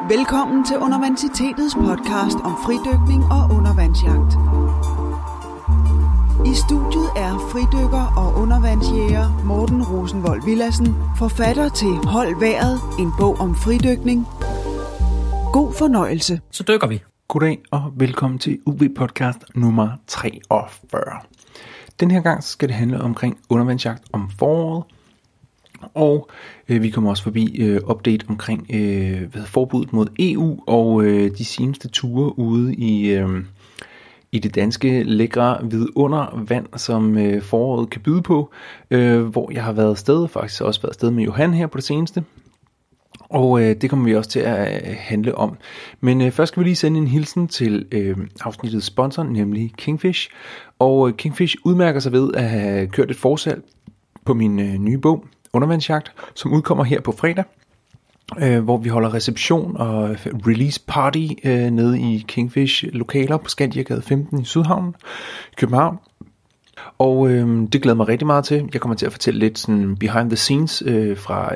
Velkommen til Undervandsitets podcast om fridykning og undervandsjagt. I studiet er fridykker og undervandsjæger Morten Rosenvold Villadsen, forfatter til Hold vejret, en bog om fridykning. God fornøjelse. Så dykker vi. Goddag og velkommen til UV-podcast nummer 43. Den her gang skal det handle omkring undervandsjagt om foråret. Og vi kommer også forbi update omkring forbuddet mod EU og de seneste ture ude i det danske lækre vidundervand, som foråret kan byde på, hvor jeg har været afsted, faktisk også været afsted med Johan her på det seneste. Og det kommer vi også til at handle om. Men først skal vi lige sende en hilsen til afsnittets sponsor, nemlig Kingfish. Og Kingfish udmærker sig ved at have kørt et forsalg på min nye bog, Undervandsjagt, som udkommer her på fredag, hvor vi holder reception og release party nede i Kingfish lokaler på Skandiagade 15 i Sydhavnen i København. Og det glæder mig rigtig meget til. Jeg kommer til at fortælle lidt sådan behind the scenes fra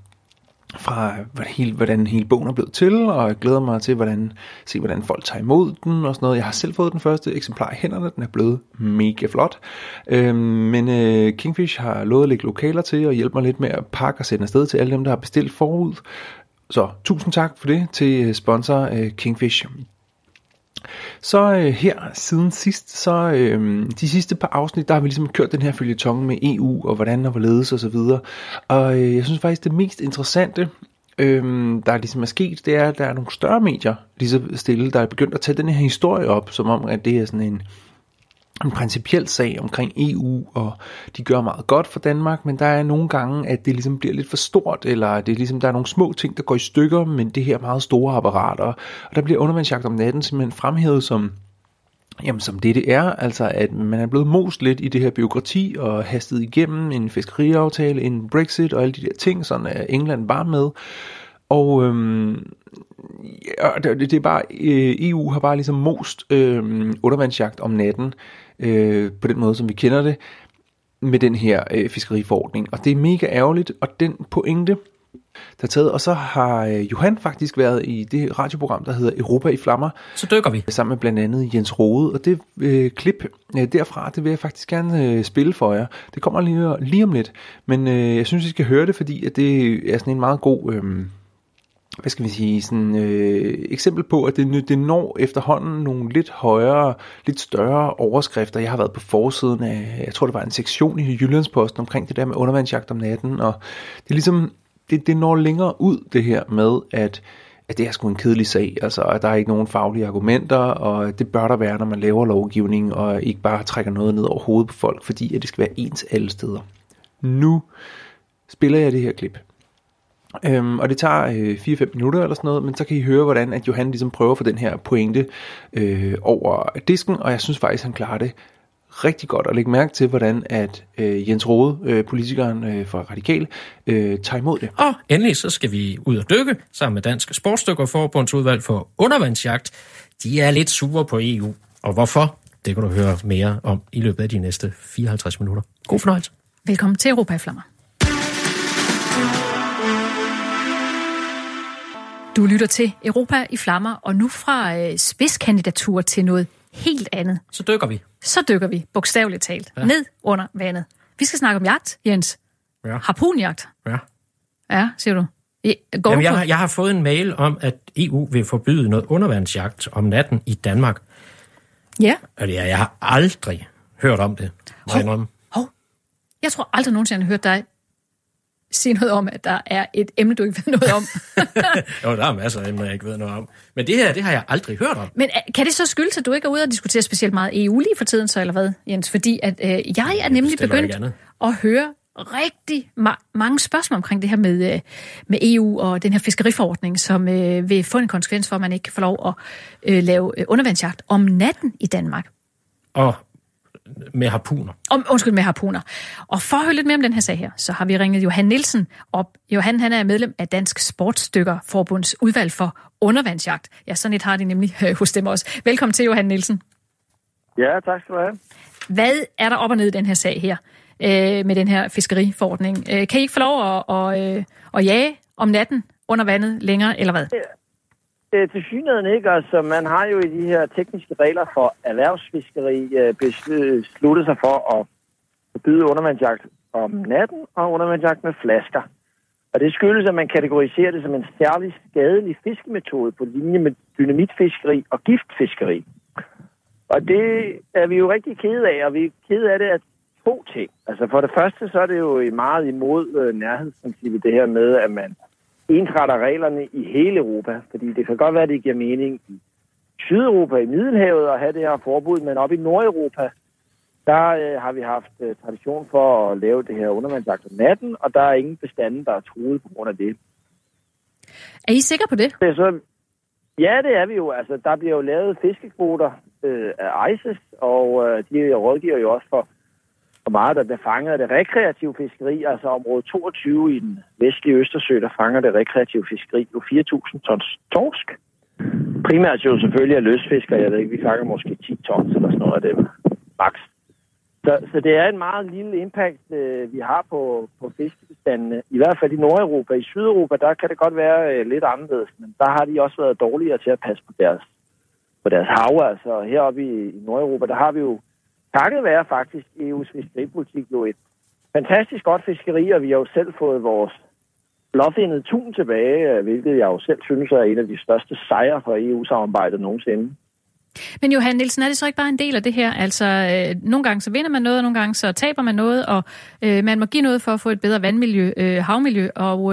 hvordan hele bogen er blevet til, og jeg glæder mig til se hvordan folk tager imod den og sådan noget. Jeg har selv fået den første eksemplar i hænderne, den er blevet mega flot. Men Kingfish har lovet at lægge lokaler til og hjælpe mig lidt med at pakke og sende afsted til alle dem, der har bestilt forud. Så tusind tak for det til sponsor Kingfish. Så her siden sidst, de sidste par afsnit, der har vi ligesom kørt den her føljeton med EU og hvordan og hvorledes og så videre. Og jeg synes faktisk det mest interessante, der ligesom er sket, det er, at der er nogle større medier, lige så stille, der er begyndt at tage den her historie op, som om at det er sådan en principiel sag omkring EU, og de gør meget godt for Danmark, men der er nogle gange, at det ligesom bliver lidt for stort, eller det er ligesom, der er nogle små ting, der går i stykker, men det her meget store apparater, og der bliver undervandsjagt om natten simpelthen fremhævet som det er, altså at man er blevet most lidt i det her bureaukrati, og hastet igennem en fiskeriaftale, en Brexit, og alle de der ting, sådan at England var med, og det er bare, EU har bare ligesom most undervandsjagt om natten, på den måde, som vi kender det, med den her fiskeriforordning. Og det er mega ærgerligt, og den pointe, der er taget, og så har Johan faktisk været i det radioprogram, der hedder Europa i Flammer. Så dykker vi. Sammen med blandt andet Jens Rode, og det klip derfra, det vil jeg faktisk gerne spille for jer. Det kommer lige om lidt, men jeg synes, I skal høre det, fordi at det er sådan en meget god eksempel på, at det når efterhånden nogle lidt højere, lidt større overskrifter. Jeg har været på forsiden af, jeg tror det var en sektion i Jyllandsposten omkring det der med undervandsjagt om natten, og det er ligesom, det når længere ud det her med, at det er sgu en kedelig sag, altså at der er ikke nogen faglige argumenter, og det bør der være, når man laver lovgivning, og ikke bare trækker noget ned over hovedet på folk, fordi at det skal være ens alle steder. Nu spiller jeg det her klip. Og det tager 4-5 minutter eller sådan noget, men så kan I høre, hvordan at Johan ligesom prøver for den her pointe over disken, og jeg synes faktisk, han klarer det rigtig godt, og lægge mærke til, hvordan at Jens Rode, politikeren fra Radikal, tager imod det. Og endelig så skal vi ud og dykke sammen med Dansk Sportsdykkerforbunds udvalg for undervandsjagt. De er lidt sure på EU, og hvorfor? Det kan du høre mere om i løbet af de næste 54 minutter. God fornøjelse. Velkommen til Europa i Flammer. Du lytter til Europa i Flammer, og nu fra spidskandidatur til noget helt andet. Så dykker vi, bogstaveligt talt, ned under vandet. Vi skal snakke om jagt, Jens. Ja. Harpunjagt. Ja. Ja, siger du. Jeg har fået en mail om, at EU vil forbyde noget undervandsjagt om natten i Danmark. Ja. Og jeg har aldrig hørt om det. Jeg tror aldrig nogensinde, jeg har hørt dig sige noget om, at der er et emne, du ikke ved noget om. Jo, der er masser af emner, jeg ikke ved noget om. Men det her, det har jeg aldrig hørt om. Men kan det så skyldes, at du ikke er ude og diskutere specielt meget EU lige for tiden, så eller hvad, Jens? Fordi at jeg er nemlig begyndt at høre rigtig mange spørgsmål omkring det her med EU og den her fiskeriforordning, som vil få en konsekvens for, at man ikke kan få lov at lave undervandsjagt om natten i Danmark. Og med harpuner. Med harpuner. Og for at høre lidt mere om den her sag her, så har vi ringet Johan Nielsen op. Johan, han er medlem af Dansk Sportsdykkerforbunds udvalg for undervandsjagt. Ja, sådan et har de nemlig hos dem også. Velkommen til, Johan Nielsen. Ja, tak skal du have. Hvad er der op og ned i den her sag her, med den her fiskeriforordning? Kan I ikke få lov at jage om natten under vandet længere, eller hvad? til synligheden ikke. Altså, man har jo i de her tekniske regler for erhvervsfiskeri besluttet sig for at forbyde undervandsjagt om natten og undervandsjagt med flasker. Og det skyldes, at man kategoriserer det som en særlig skadelig fiskemetode på linje med dynamitfiskeri og giftfiskeri. Og det er vi jo rigtig kede af, og vi er kede af det af 2 ting. Altså for det første, så er det jo meget imod nærhedsprincippet det her med, at man ensretter reglerne i hele Europa. Fordi det kan godt være, at det giver mening i Sydeuropa, i Middelhavet, at have det her forbud, men op i Nordeuropa, der har vi haft tradition for at lave det her undervandsjagt om natten, og der er ingen bestande, der er truet på grund af det. Er I sikre på det? Ja, det er vi jo. Altså, der bliver jo lavet fiskekvoter af ICES, og de rådgiver jo også for meget, der bliver fanget af det rekreative fiskeri. Altså område 22 i den vestlige Østersø, der fanger det rekreative fiskeri jo 4.000 tons torsk. Primært jo selvfølgelig af løsfisker. Jeg ved ikke, vi fanger måske 10 tons eller sådan noget af det max. Så det er en meget lille impact, vi har på fiskebestandene. I hvert fald i Nordeuropa. I Sydeuropa, der kan det godt være lidt anderledes, men der har de også været dårligere til at passe på deres hav. Altså heroppe i Nordeuropa, der har vi jo takket være faktisk EU's fiskeripolitik jo et fantastisk godt fiskeri, og vi har jo selv fået vores blåfindede tun tilbage, hvilket jeg jo selv synes er en af de største sejre for EU-samarbejdet nogensinde. Men Johan Nielsen, er det så ikke bare en del af det her? Altså, nogle gange så vinder man noget, og nogle gange så taber man noget, og man må give noget for at få et bedre vandmiljø, havmiljø,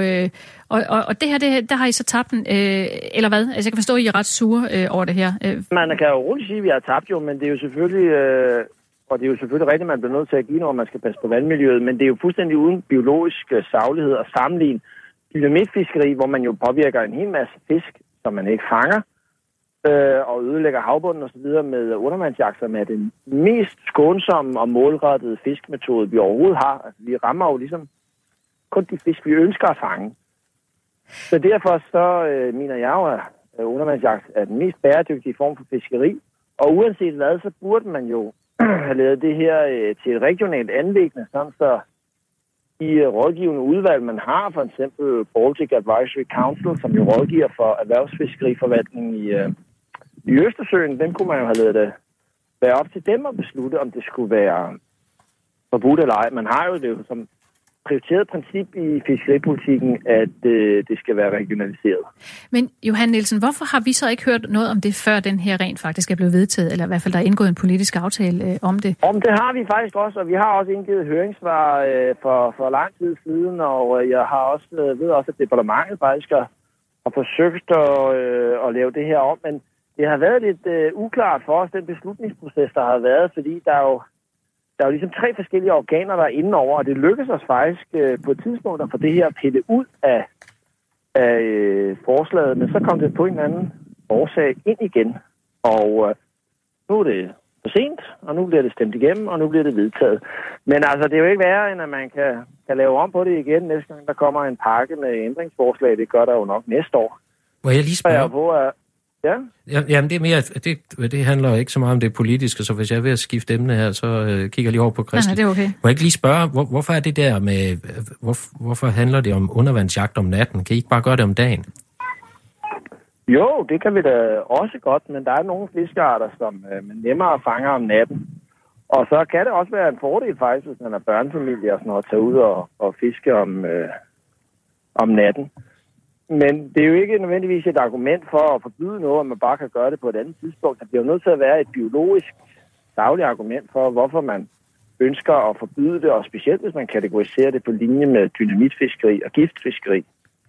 og det her, der har I så tabt den, eller hvad? Altså, jeg kan forstå, at I er ret sure over det her. Man kan jo roligt sige, at vi har tabt jo, men det er jo selvfølgelig, og det er jo selvfølgelig rigtigt, at man bliver nødt til at give, når man skal passe på vandmiljøet, men det er jo fuldstændig uden biologisk saglighed at sammenligne dynamitfiskeri, hvor man jo påvirker en hel masse fisk, som man ikke fanger, og ødelægger havbunden osv. med undervandsjagt, som er den mest skånsomme og målrettede fiskmetode, vi overhovedet har. Altså, vi rammer jo ligesom kun de fisk, vi ønsker at fange. Så derfor så mener jeg jo, at undervandsjagt er den mest bæredygtige form for fiskeri. Og uanset hvad, så burde man jo have lavet det her til et regionalt anliggende, sådan så i rådgivende udvalg, man har for eksempel Baltic Advisory Council, som jo rådgiver for erhvervsfiskeriforvaltning i Østersøen, den kunne man jo have lavet det være op til dem at beslutte, om det skulle være forbudt eller ej. Man har jo det som prioriteret princip i fiskeripolitikken, at det skal være regionaliseret. Men Johan Nielsen, hvorfor har vi så ikke hørt noget om det, før den her rent faktisk er blevet vedtaget, eller i hvert fald der er indgået en politisk aftale om det? Om det har vi faktisk også, og vi har også indgivet høringssvar for lang tid siden, og jeg har også ved også, at departementet faktisk har forsøgt at lave det her om, men det har været lidt uklart for os, den beslutningsproces, der har været, fordi der er jo ligesom 3 forskellige organer, der er inde over, og det lykkedes os faktisk på et tidspunkt at få det her pillet ud af forslaget, men så kom det på en anden årsag ind igen. Og nu er det for sent, og nu bliver det stemt igennem, og nu bliver det vedtaget. Men altså, det er jo ikke værre, end at man kan lave om på det igen næste gang, der kommer en pakke med ændringsforslag. Det gør der jo nok næste år. Må jeg lige spørge? Ja. Jamen, det er mere, det handler ikke så meget om det politiske, så hvis jeg er ved at skifte emne her, så kigger jeg lige over på Christian. Nej, det er okay. Må jeg ikke lige spørge, hvorfor er det der med, hvorfor handler det om undervandsjagt om natten? Kan I ikke bare gøre det om dagen? Jo, det kan vi da også godt, men der er nogle fiskearter, som man nemmere fanger om natten. Og så kan det også være en fordel faktisk, hvis man er børnefamilie og sådan noget, at tage ud og fiske om natten. Men det er jo ikke nødvendigvis et argument for at forbyde noget, at man bare kan gøre det på et andet tidspunkt. Der bliver jo nødt til at være et biologisk sagligt argument for, hvorfor man ønsker at forbyde det, og specielt hvis man kategoriserer det på linje med dynamitfiskeri og giftfiskeri.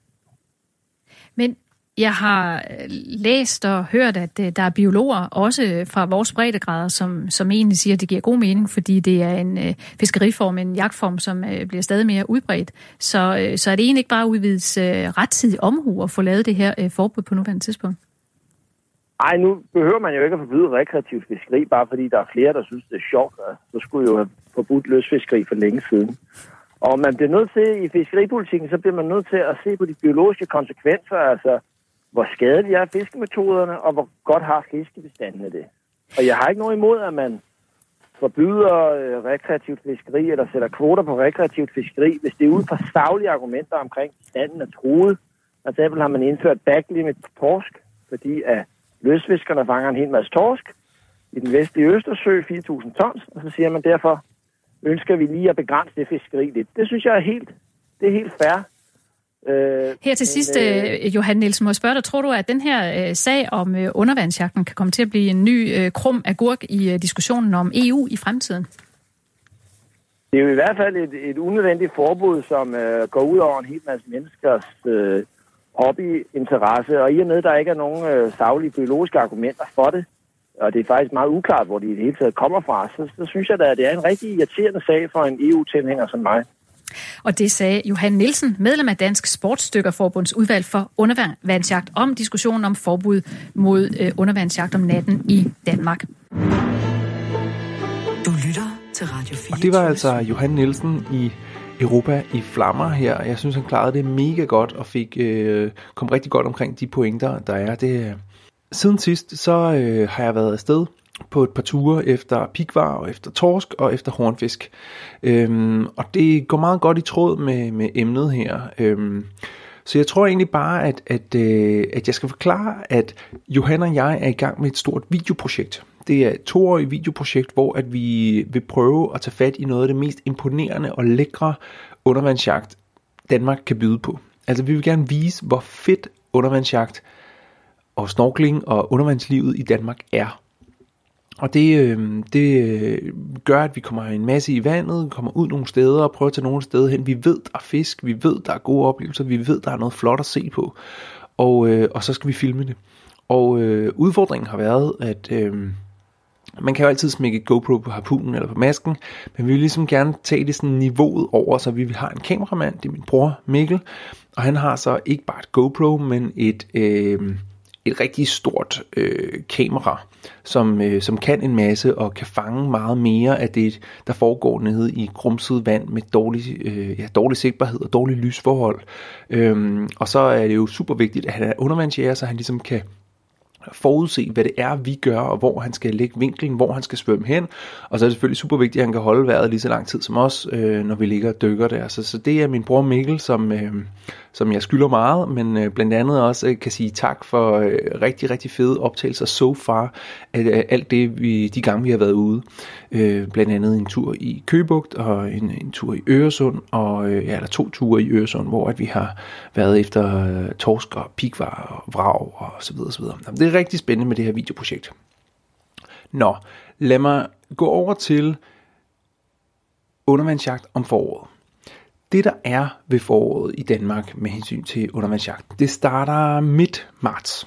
Men jeg har læst og hørt, at der er biologer, også fra vores breddegrader, som egentlig siger, at det giver god mening, fordi det er en fiskeriform, en jagtform, som bliver stadig mere udbredt. Så er det egentlig ikke bare udvides rettidig omhu at få lavet det her forbud på nuværende tidspunkt? Ej, nu behøver man jo ikke at forbyde rekreativt fiskeri, bare fordi der er flere, der synes, det er sjovt. Så skulle jo have forbudt løsfiskeri for længe siden. Og man bliver nødt til, i fiskeripolitikken, så bliver man nødt til at se på de biologiske konsekvenser, altså hvor skadelige er fiskemetoderne, og hvor godt har fiskebestandene det. Og jeg har ikke noget imod, at man forbyder rekreativt fiskeri, eller sætter kvoter på rekreativt fiskeri, hvis det er ud fra saglige argumenter omkring bestanden er truet. For eksempel har man indført backlimit på torsk, fordi at løsfiskerne fanger en hel masse torsk i den vestlige Østersø, 4.000 tons, og så siger man derfor, ønsker vi lige at begrænse det fiskeri lidt. Det synes jeg er helt fair. Her til sidst, Johan Nielsen, må jeg spørge dig, tror du, at den her sag om undervandsjagten kan komme til at blive en ny krum agurk i diskussionen om EU i fremtiden? Det er jo i hvert fald et unødvendigt forbud, som går ud over en hel masse menneskers hobbyinteresse, og i og med, at der ikke er nogen saglige biologiske argumenter for det, og det er faktisk meget uklart, hvor de i det hele taget kommer fra, så synes jeg da, at det er en rigtig irriterende sag for en EU-tilhænger som mig. Og det sagde Johan Nielsen, medlem af Dansk Sportsdykkerforbunds udvalg for undervandsjagt, om diskussionen om forbud mod undervandsjagt om natten i Danmark. Du lytter til Radio 4. Og det var altså Johan Nielsen i Europa i flammer her. Jeg synes, han klarede det mega godt og kom rigtig godt omkring de pointer, der er. Siden sidst, så har jeg været afsted på et par ture efter pighvar og efter torsk og efter hornfisk. Og det går meget godt i tråd med emnet her. Så jeg tror egentlig bare, at jeg skal forklare, at Johan og jeg er i gang med et stort videoprojekt. Det er et 2-årigt videoprojekt, hvor at vi vil prøve at tage fat i noget af det mest imponerende og lækre undervandsjagt, Danmark kan byde på. Altså vi vil gerne vise, hvor fedt undervandsjagt og snorkling og undervandslivet i Danmark er. Og det gør, at vi kommer en masse i vandet, kommer ud nogle steder og prøver at tage nogle steder hen. Vi ved, der er fisk, vi ved, der er gode oplevelser, vi ved, der er noget flot at se på. Og så skal vi filme det. Og udfordringen har været, at man kan jo altid smække GoPro på harpunen eller på masken, men vi vil ligesom gerne tage det sådan niveauet over, så vi har en kameramand, det er min bror Mikkel, og han har så ikke bare et GoPro, men et rigtig stort kamera, som kan en masse og kan fange meget mere af det, der foregår nede i grumset vand med dårlig sigtbarhed og dårlige lysforhold. Og så er det jo super vigtigt, at han er undervandsjæger, så han ligesom kan forudse, hvad det er, vi gør, og hvor han skal lægge vinklen, hvor han skal svømme hen. Og så er det selvfølgelig super vigtigt, at han kan holde vejret lige så lang tid som os, når vi ligger og dykker der. Så det er min bror Mikkel, som jeg skylder meget, men blandt andet også kan sige tak for rigtig, rigtig fede optagelser so far af alt det, de gange vi har været ude. Blandt andet en tur i Køgebugt og en tur i Øresund, og eller 2 ture i Øresund, hvor at vi har været efter torsk og pighvar og vrag og så videre, så videre. Det er rigtig spændende med det her videoprojekt. Nå, lad mig gå over til undervandsjagt om foråret. Det der er ved foråret i Danmark med hensyn til undervandsjagt, det starter midt marts.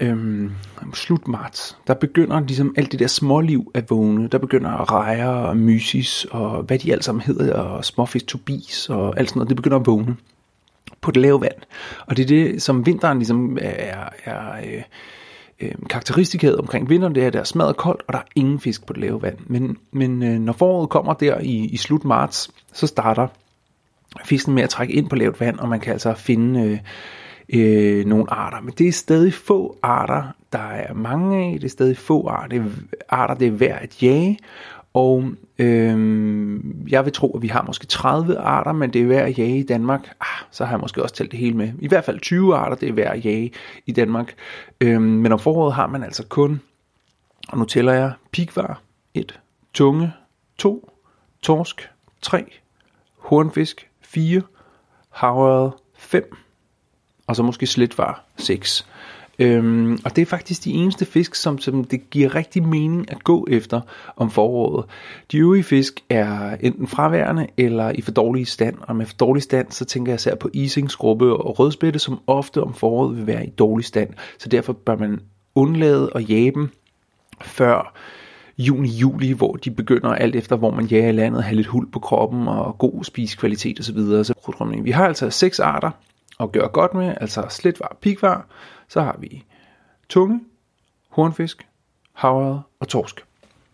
Slut marts. Der begynder ligesom alt det der småliv at vågne. Der begynder rejer og mysis og hvad de alle sammen hedder, og småfisk tobis og alt sådan noget. Det begynder at vågne på det lave vand. Og det er det, som vinteren ligesom er karakteristikaet omkring vinteren, det er, at det er smadret koldt, og der er ingen fisk på det lave vand. Men når foråret kommer der i slut marts, så starter fisken med at trække ind på lavt vand, og man kan altså finde nogle arter. Men det er stadig få arter, der er mange af. Det er stadig få arter, det er værd at jage. Og jeg vil tro, at vi har måske 30 arter, men det er værd at jage i Danmark. Så har jeg måske også talt det hele med. I hvert fald 20 arter, det er værd at jage i Danmark. Men om foråret har man altså kun, og nu tæller jeg, pighvar 1, tunge 2, torsk 3, hornfisk 4, havørred 5, og så måske slitvar 6. Og det er faktisk de eneste fisk, som det giver rigtig mening at gå efter om foråret. De øvrige fisk er enten fraværende eller i for dårlig stand, og med for dårlig stand, så tænker jeg især på ising, skrubbe og rødspætte, som ofte om foråret vil være i dårlig stand. Så derfor bør man undlade at jage dem før juni-juli, hvor de begynder alt efter, hvor man jager i landet, at have lidt huld på kroppen og god spisekvalitet osv. Så vi har altså 6 arter at gøre godt med, altså slitvar, pighvar. Så har vi tunge, hornfisk, havørred og torsk.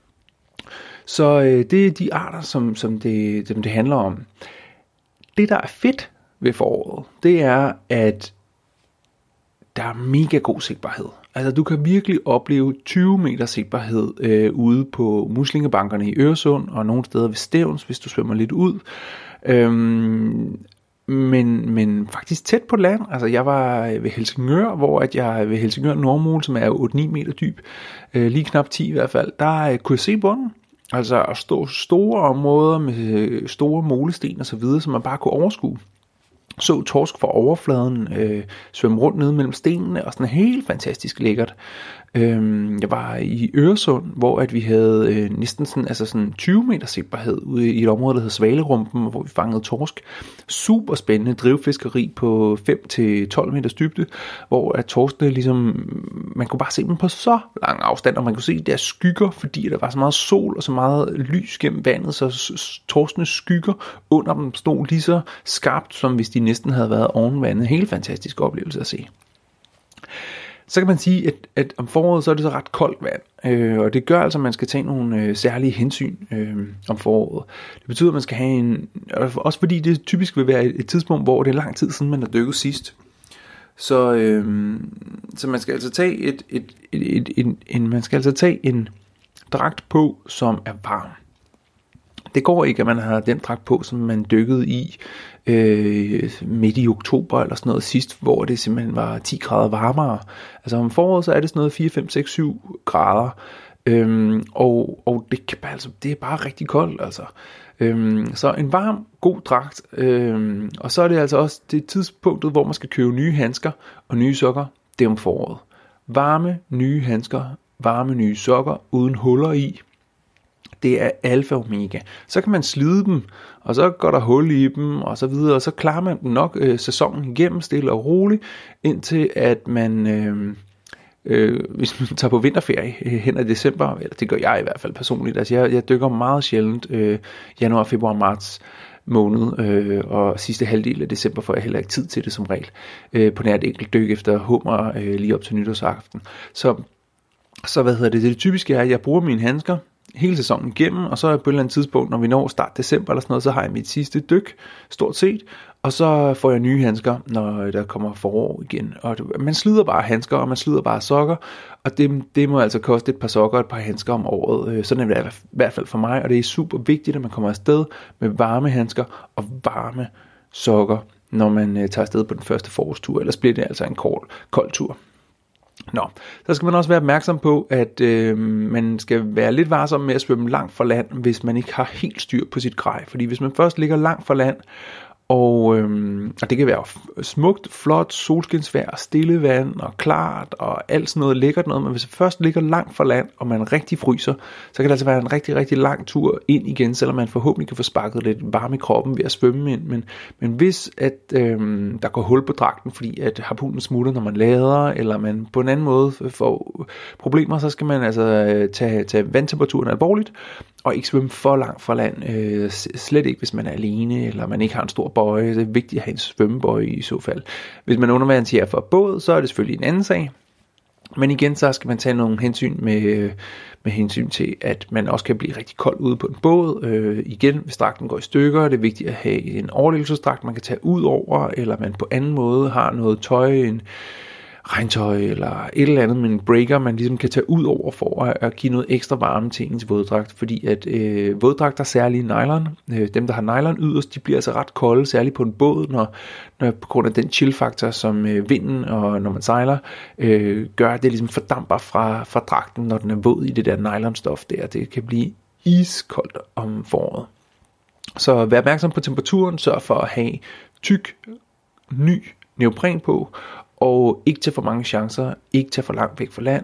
Så det er de arter, som det handler om. Det, der er fedt ved foråret, det er, at der er mega god sigtbarhed. Altså du kan virkelig opleve 20 meter sigtbarhed ude på muslingebankerne i Øresund og nogle steder ved Stevns, hvis du svømmer lidt ud. men faktisk tæt på land. Altså jeg var ved Helsingør, hvor at jeg ved Helsingør Nordmole, som er 8-9 meter dyb, lige knap 10 i hvert fald, der kunne jeg se bunden. Altså at stå store områder med store molesten og så videre, som man bare kunne overskue. Så torsk fra overfladen svømme rundt nede mellem stenene, og sådan helt fantastisk lækkert. Jeg var i Øresund, hvor at vi havde næsten sådan 20 meter sigtbarhed ude i et område, der hed Svalerumpen, hvor vi fangede torsk. Super spændende drivfiskeri på 5-12 meters dybde, hvor at torskene ligesom, man kunne bare se dem på så lang afstand, og man kunne se deres skygger, fordi der var så meget sol og så meget lys gennem vandet, så torskenes skygger under dem stod lige så skarpt, som hvis de næsten havde været oven vandet. Helt fantastisk oplevelse at se. Så kan man sige, at om foråret, så er det så ret koldt vand, og det gør altså, at man skal tage nogle særlige hensyn om foråret. Det betyder, at man skal have også fordi det typisk vil være et tidspunkt, hvor det er lang tid siden, man har dykket sidst. Så man skal altså tage en dragt på, som er varm. Det går ikke, at man har den dragt på, som man dykkede i midt i oktober eller sådan noget sidst, hvor det simpelthen var 10 grader varmere. Altså om foråret, så er det sådan noget 4, 5, 6, 7 grader. Og det er bare rigtig koldt, altså. Så en varm, god dragt. Og så er det altså også det tidspunktet, hvor man skal købe nye handsker og nye sokker. Det er om foråret. Varme, nye handsker, varme, nye sokker, uden huller i. Det er alfa og omega. Så kan man slide dem, og så går der hul i dem, og så videre, og så klarer man dem nok sæsonen igennem, stille og roligt, indtil at man, hvis man tager på vinterferie hen i december, eller det gør jeg i hvert fald personligt, altså jeg dykker meget sjældent januar, februar, marts måned, og sidste halvdel af december får jeg heller ikke tid til det som regel, på nær et enkelt dyk efter hummer lige op til nytårsaften. Så det typiske er, at jeg bruger mine handsker hele sæsonen igennem, og så på et eller andet tidspunkt, når vi når start december eller sådan noget, så har jeg mit sidste dyk, stort set, og så får jeg nye handsker, når der kommer forår igen. Og man slider bare handsker, og man slider bare sokker, og det må altså koste et par sokker og et par handsker om året. Sådan er det i hvert fald for mig, og det er super vigtigt, at man kommer afsted med varme handsker og varme sokker, når man tager afsted på den første forårstur, ellers bliver det altså en kold tur. Nå, så skal man også være opmærksom på, at man skal være lidt varsom med at svømme langt fra land, hvis man ikke har helt styr på sit grej. Fordi hvis man først ligger langt fra land, og det kan være smukt, flot, solskinsvejr, stille vand og klart og alt sådan noget lækkert noget, men hvis man først ligger langt fra land, og man rigtig fryser, så kan det altså være en rigtig, rigtig lang tur ind igen, selvom man forhåbentlig kan få sparket lidt varme i kroppen ved at svømme ind. Men hvis at der går hul på dragten, fordi at harpunen smutter, når man lader, eller man på en anden måde får problemer, så skal man altså tage vandtemperaturen alvorligt, og ikke svømme for langt fra land, slet ikke hvis man er alene, eller man ikke har en stor bøje. Det er vigtigt at have en svømmebøje i så fald. Hvis man undervandsjæger for båd, så er det selvfølgelig en anden sag. Men igen, så skal man tage nogle hensyn med hensyn til, at man også kan blive rigtig kold ude på en båd. Igen, hvis dragten går i stykker, det er vigtigt at have en overlevelsesdragt, man kan tage ud over, eller man på anden måde har noget tøj, en regntøj eller et eller andet med en breaker, man ligesom kan tage ud over for at give noget ekstra varme til ens våddragt, fordi at våddragter, særligt nylon, dem der har nylon yderst, de bliver altså ret kolde, særligt på en båd, når på grund af den chill-faktor, som vinden og når man sejler, gør, at det ligesom fordamper fra dragten, når den er våd i det der nylonstof der. Det kan blive iskoldt om foråret. Så vær opmærksom på temperaturen, sørg for at have tyk, ny neopren på, og ikke tage for mange chancer, ikke tage for langt væk fra land.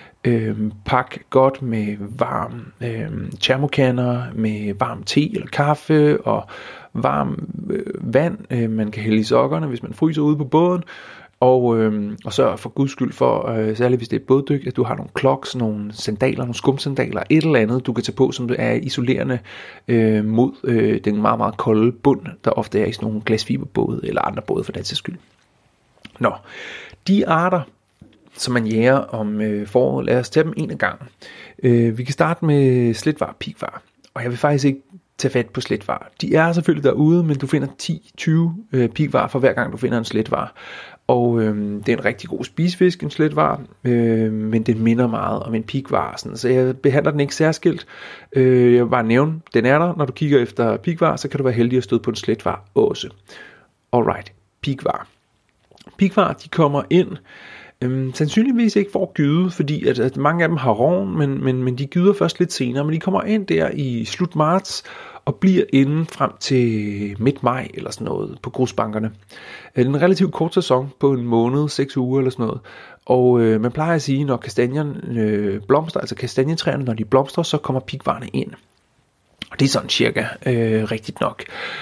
Pak godt med varm termokanner, med varm te eller kaffe og varm vand, man kan hælde i sokkerne, hvis man fryser ude på båden. Og sørg for guds skyld for, særligt hvis det er båddyk, at du har nogle clogs, nogle sandaler, nogle skumsandaler, et eller andet, du kan tage på, som er isolerende mod den meget, meget kolde bund, der ofte er i sådan nogle glasfiberbåde eller andre både for den sags skyld. Nå, de arter, som man jæger om foråret, lad os tage dem en af gangen. Vi kan starte med sletvar og pikvar, og jeg vil faktisk ikke tage fat på sletvar. De er selvfølgelig derude, men du finder 10-20 pikvar for hver gang du finder en sletvar. Og det er en rigtig god spisefisk, en sletvar, men den minder meget om en pikvar, sådan, så jeg behandler den ikke særskilt. Jeg vil bare nævne, den er der. Når du kigger efter pikvar, så kan du være heldig at støde på en sletvar også. Alright, pigvar. Pigvar, de kommer ind, sandsynligvis ikke for at gyde, fordi at mange af dem har rogn, men de gyder først lidt senere, men de kommer ind der i slut marts, og bliver inde frem til midt maj eller sådan noget på grusbankerne. Det er en relativt kort sæson på en måned, 6 uger eller sådan noget. Og man plejer at sige, når kastanjerne blomstrer, altså kastanjetræerne, når de blomstrer, så kommer pigvarerne ind. Og det er sådan cirka rigtigt nok.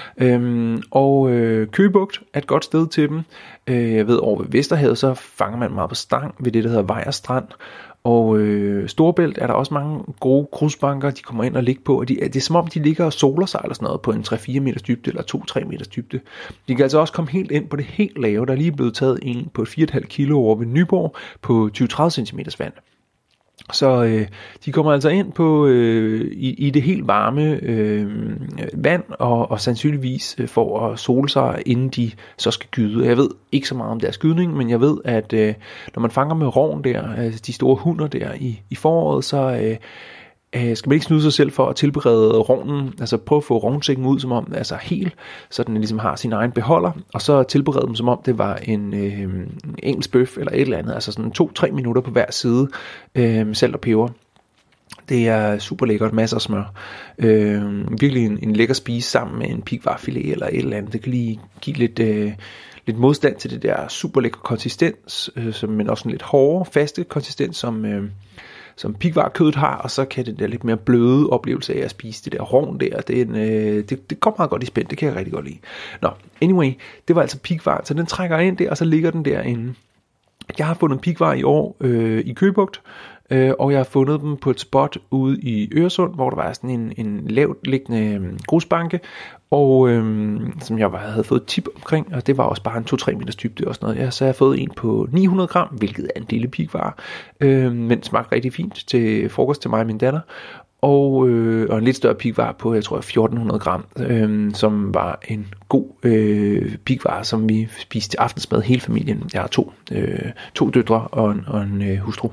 Køge Bugt er et godt sted til dem. Jeg ved, over ved Vesterhavet, så fanger man meget på stang ved det, der hedder Vejers Strand. Og Storebælt er der også mange gode grusbanker, de kommer ind og ligger på. Og det er som om, de ligger og soler sig eller sådan noget på en 3-4 meters dybde eller 2-3 meters dybde. De kan altså også komme helt ind på det helt lave. Der er lige blevet taget en på 4,5 kilo over ved Nyborg på 20-30 cm vand. Så de kommer altså ind på i det helt varme vand og sandsynligvis for at sole sig, inden de så skal gyde. Jeg ved ikke så meget om deres gydning, men jeg ved, at når man fanger med rogn der, altså de store hunder der i foråret, så skal man ikke snyde sig selv for at tilberede rognen, altså prøve at få rognsækken ud som om, altså helt, så den ligesom har sin egen beholder, og så tilberede dem som om det var en engelsk bøf eller et eller andet, altså sådan 2-3 minutter på hver side med salt og peber. Det er super lækkert, masser af smør. Virkelig en lækker spise sammen med en pigvarfilet eller et eller andet. Det kan lige give lidt modstand til det der super lækker konsistens, men også en lidt hårdere, faste konsistens, som pigvarkødet har, og så kan det der lidt mere bløde oplevelse af at spise det der rogn der. Det går meget godt i spænd, det kan jeg rigtig godt lide. Nå, anyway, det var altså pigvar, så den trækker ind der, og så ligger den derinde. Jeg har fundet pigvar i år i Køge Bugt, og jeg har fundet dem på et spot ude i Øresund, hvor der var sådan en lavt liggende grusbanke, og som jeg havde fået et tip omkring, og det var også bare en 2-3 meters dybde og sådan noget. Så jeg har fået en på 900 gram, hvilket er en lille pigvar, men smagte rigtig fint til frokost til mig og min datter. Og en lidt større pigvar på, jeg tror 1400 gram, som var en god pigvar, som vi spiste til aftensmad hele familien. Jeg har to døtre og en hustru.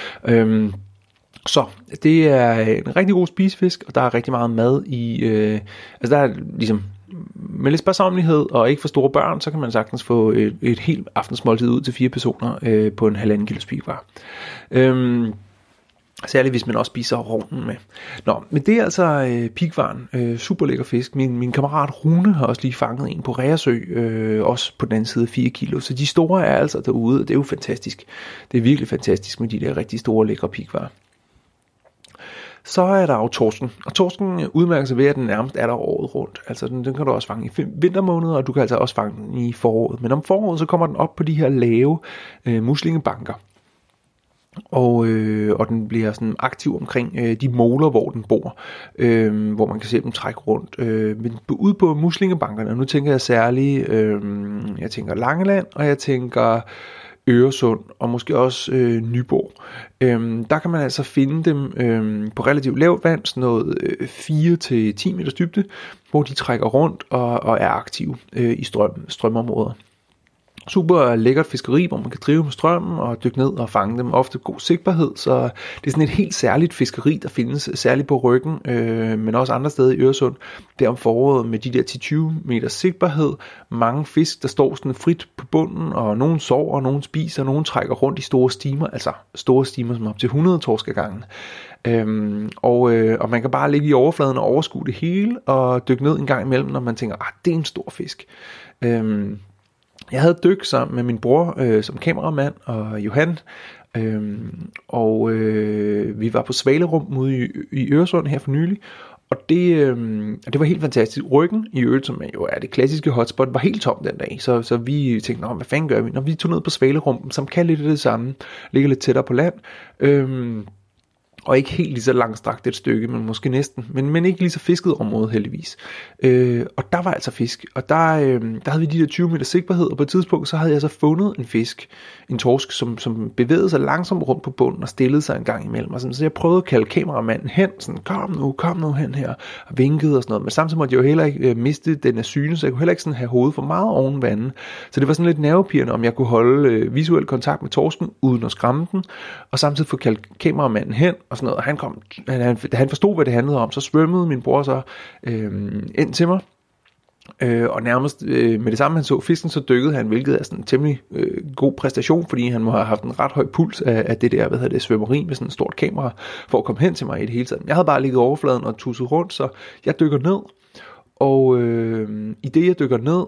Så det er en rigtig god spisefisk, og der er rigtig meget mad i, altså der er ligesom med lidt sparsommelighed og ikke for store børn, så kan man sagtens få et helt aftensmåltid ud til 4 personer på en 1,5 kilos pigvar. Særligt hvis man også spiser rognen med. Nå, men det er altså pigvaren. Super lækker fisk. Min kammerat Rune har også lige fanget en på Reersø, også på den anden side 4 kilo. Så de store er altså derude, og det er jo fantastisk. Det er virkelig fantastisk med de der rigtig store lækre pigvarer. Så er der jo torsken, og torsken udmærker sig ved, at den nærmest er der året rundt. Altså den kan du også fange i vintermåneder, og du kan altså også fange den i foråret. Men om foråret, så kommer den op på de her lave muslingebanker. Og den bliver sådan aktiv omkring de moler, hvor den bor, hvor man kan se dem trække rundt. Men ude på muslingebankerne, og nu tænker jeg særligt, jeg tænker Langeland, og jeg tænker Øresund, og måske også Nyborg. Der kan man altså finde dem på relativt lavt vand, sådan noget 4-10 meters dybde, hvor de trækker rundt og er aktive i strømområder. Super lækkert fiskeri, hvor man kan drive med strømmen og dykke ned og fange dem. Ofte god sigtbarhed, så det er sådan et helt særligt fiskeri, der findes særligt på Ryggen, men også andre steder i Øresund. Der om foråret med de der 10-20 meters sigtbarhed. Mange fisk, der står sådan frit på bunden, og nogen sover, og nogen spiser, og nogen trækker rundt i store stimer, altså store stimer som op til 100 torsk ad gangen. Og man kan bare ligge i overfladen og overskue det hele, og dykke ned en gang imellem, når man tænker, det er en stor fisk. Jeg havde dyk sammen med min bror som kameramand og Johan, vi var på Svalerum ude i Øresund her for nylig, og det var helt fantastisk. Ryggen i øvrigt, som jo er det klassiske hotspot, var helt tom den dag, så vi tænkte, hvad fanden gør vi? Når vi tog ned på Svalerum, som kan lidt af det samme, ligger lidt tættere på land, og ikke helt lige så langstrakt et stykke, men måske næsten, men ikke lige så fisket område heldigvis. Og der var altså fisk, og der havde vi de der 20 meter sigtbarhed, og på et tidspunkt så havde jeg så fundet en fisk, en torsk, som bevægede sig langsomt rundt på bunden og stillede sig en gang imellem, og sådan, så jeg prøvede at kalde kameramanden hen, sådan, kom nu hen her, og vinkede og sådan noget, men samtidig måtte jeg jo heller ikke miste den af syne, så jeg kunne heller ikke sådan have hovedet for meget oven vandet, så det var sådan lidt nervepirrende, om jeg kunne holde visuel kontakt med torsken, uden at skræmme den, og samtidig få kaldt kameramanden hen, og sådan noget. Da han forstod, hvad det handlede om, så svømmede min bror så ind til mig, Og nærmest med det samme han så fisken, så dykkede han, hvilket er sådan en temmelig god præstation, fordi han må have haft en ret høj puls af det der, svømmeri med sådan et stort kamera, for at komme hen til mig i det hele taget. Jeg havde bare ligget overfladen og tusset rundt, så jeg dykker ned, og i det jeg dykker ned,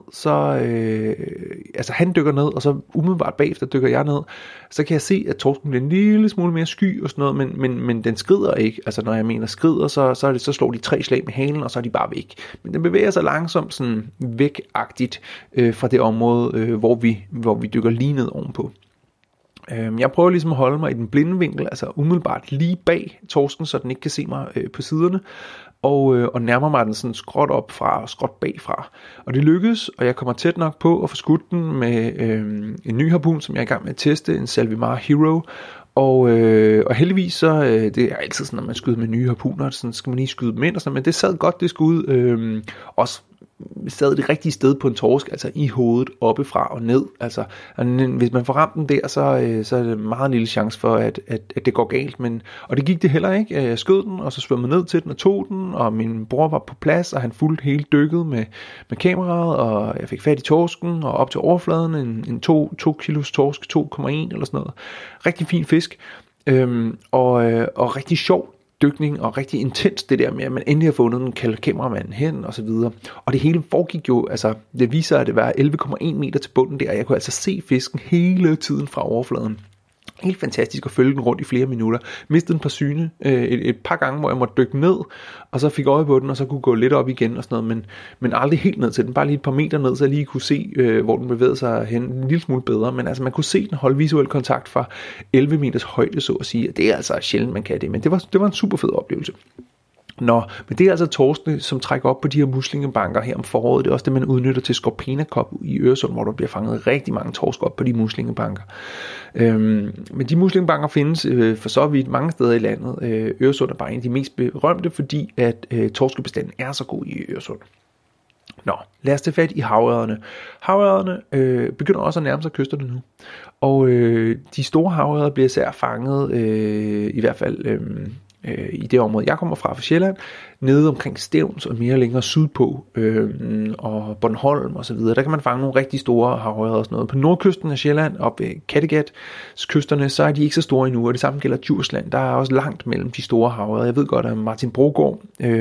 så han dykker ned, og så umiddelbart bagefter dykker jeg ned, så kan jeg se, at torsken bliver en lille smule mere sky og sådan noget, men den skrider ikke. Altså når jeg mener skrider, så slår de 3 slag med halen, og så er de bare væk. Men den bevæger sig langsomt sådan vækagtigt fra det område, hvor vi dykker lige ned ovenpå. Jeg prøver ligesom at holde mig i den blinde vinkel, altså umiddelbart lige bag torsken, så den ikke kan se mig på siderne, og nærmer mig den sådan skråt bagfra. Og det lykkes, og jeg kommer tæt nok på at få skudt den med en ny harpun, som jeg er i gang med at teste, en Salvimar Hero. Og heldigvis så, det er altid sådan, når man skyder med nye harpuner, så skal man lige skyde dem ind og sådan, men det sad godt, det skud, også sad det rigtige sted på en torsk, altså i hovedet, oppefra og ned. Altså, hvis man får ramt den der, så er det meget lille chance for, at det går galt. Og det gik det heller ikke. Jeg skød den, og så svømmede ned til den og tog den, og min bror var på plads, og han fulgte hele dykket med kameraet, og jeg fik fat i torsken, og op til overfladen, en 2 kilos torsk, 2,1 eller sådan noget. Rigtig fin fisk, og rigtig sjov dykning, og rigtig intens det der med, at man endelig har fundet den, kalder kameramanden hen, og så videre. Og det hele foregik jo, altså, det viser, at det var 11,1 meter til bunden der, og jeg kunne altså se fisken hele tiden fra overfladen. Helt fantastisk at følge den rundt i flere minutter. Mistede en par syne et par gange, hvor jeg måtte dykke ned, og så fik øje på den, og så kunne gå lidt op igen og sådan noget, men aldrig helt ned til den. Bare lige et par meter ned, så jeg lige kunne se, hvor den bevægede sig hen en lille smule bedre. Men altså, man kunne se den holde visuel kontakt fra 11 meters højde, så at sige. Det er altså sjældent, man kan det, men det var en super fed oplevelse. Nå, men det er altså torskene, som trækker op på de her muslingebanker her om foråret. Det er også det, man udnytter til skorpenakop i Øresund, hvor der bliver fanget rigtig mange torsk op på de muslingebanker. Men de muslingebanker findes for så vidt mange steder i landet. Øresund er bare en af de mest berømte, fordi at torskebestanden er så god i Øresund. Nå, lad os tage fat i havørrederne. Havørrederne begynder også at nærme sig kysterne nu. Og de store havørreder bliver især fanget, i hvert fald i det område, jeg kommer fra Sjælland, nede omkring Stevns og mere længere sydpå, og Bornholm og så videre. Der kan man fange nogle rigtig store havørreder og sådan noget. På nordkysten af Sjælland, op ved Kattegats kysterne, så er de ikke så store endnu, og det samme gælder Djursland. Der er også langt mellem de store havørreder. Jeg ved godt, at Martin Brogaard,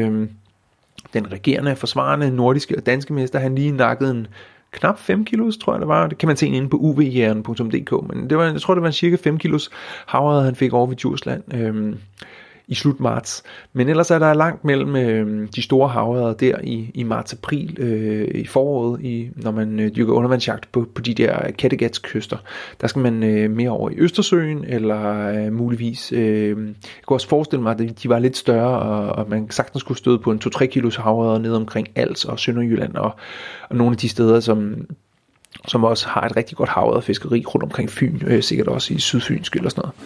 den regerende, forsvarende nordiske og danske mester, han lige nakkede en knap 5 kilos, tror jeg det var. Det kan man se inde på uvjæren.dk, men jeg tror det var en cirka 5 kilos havørred, han fik over ved Djursland i slut marts. Men ellers er der langt mellem de store havørreder der i marts-april i foråret, når man dyrker undervandsjagt på de der Kattegats kyster. Der skal man mere over i Østersøen, eller muligvis, jeg kunne også forestille mig, at de var lidt større, og man sagtens skulle støde på en 2-3 kilos havørreder ned omkring Als og Sønderjylland, og nogle af de steder, som også har et rigtig godt havørredfiskeri rundt omkring Fyn, sikkert også i Sydfynsk eller sådan noget.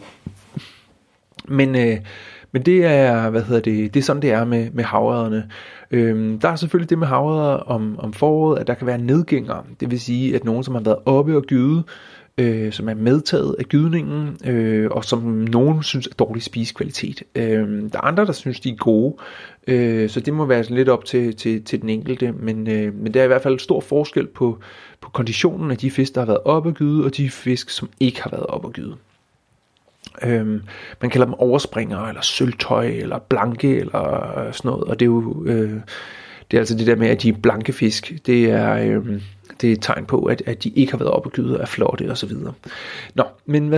Men det er, det er sådan det er med havørrederne. Der er selvfølgelig det med havørreder om foråret, at der kan være nedgængere. Det vil sige, at nogen, som har været oppe og gyde, som er medtaget af gydningen, og som nogen synes er dårlig spisekvalitet. Der er andre, der synes, de er gode, så det må være lidt op til den enkelte, men der er i hvert fald stor forskel på konditionen af de fisk, der har været oppe og gyde, og de fisk, som ikke har været oppe og gyde. Man kalder dem overspringere, eller sølvtøj, eller blanke, eller sådan noget, og det er jo det er altså det der med, at de blanke fisk, det er et tegn på, at de ikke har været op og gyde, er flotte og så videre. Nå, men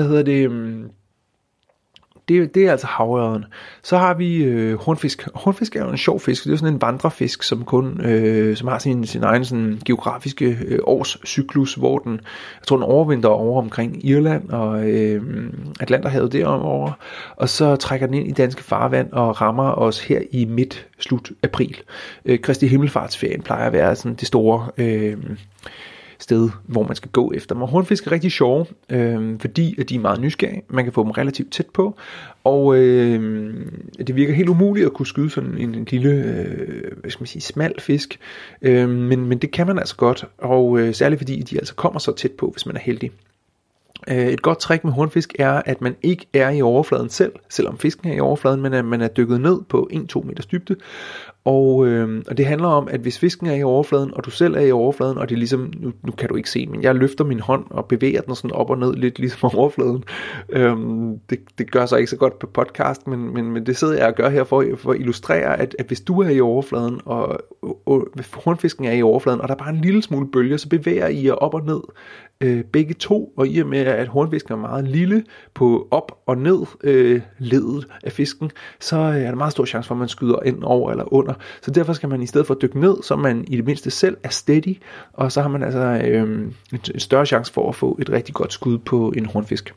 det er altså havørreden. Så har vi hornfisk. Hornfisk er jo en sjov fisk. Det er sådan en vandrefisk, som har sin egen sådan geografiske årscyklus, hvor den overvinter over omkring Irland og Atlanterhavet derover, og så trækker den ind i danske farvand og rammer os her i midt-slut april. Kristi Himmelfartsferien plejer at være sådan det store sted, hvor man skal gå efter dem. Og hornfisk er rigtig sjove, fordi at de er meget nysgerrige. Man kan få dem relativt tæt på, og det virker helt umuligt at kunne skyde sådan en lille, smal fisk, men det kan man altså godt, og særligt fordi de altså kommer så tæt på, hvis man er heldig. Et godt trick med hornfisk er, at man ikke er i overfladen selv, selvom fisken er i overfladen, men at man er dykket ned på 1-2 meters dybde, Og det handler om, at hvis fisken er i overfladen, og du selv er i overfladen, og det er ligesom, nu kan du ikke se, men jeg løfter min hånd og bevæger den sådan op og ned, lidt ligesom overfladen. Det gør sig ikke så godt på podcast, men det sidder jeg og gør her for at illustrere, at hvis du er i overfladen, og hornfisken er i overfladen, og der er bare en lille smule bølger, så bevæger I jer op og ned, begge to, og i og med at hornfisken er meget lille på op og ned ledet af fisken, så er der meget stor chance for, at man skyder ind over eller under. Så derfor skal man i stedet for at dykke ned, så man i det mindste selv er steady, og så har man altså en større chance for at få et rigtig godt skud på en hornfisk.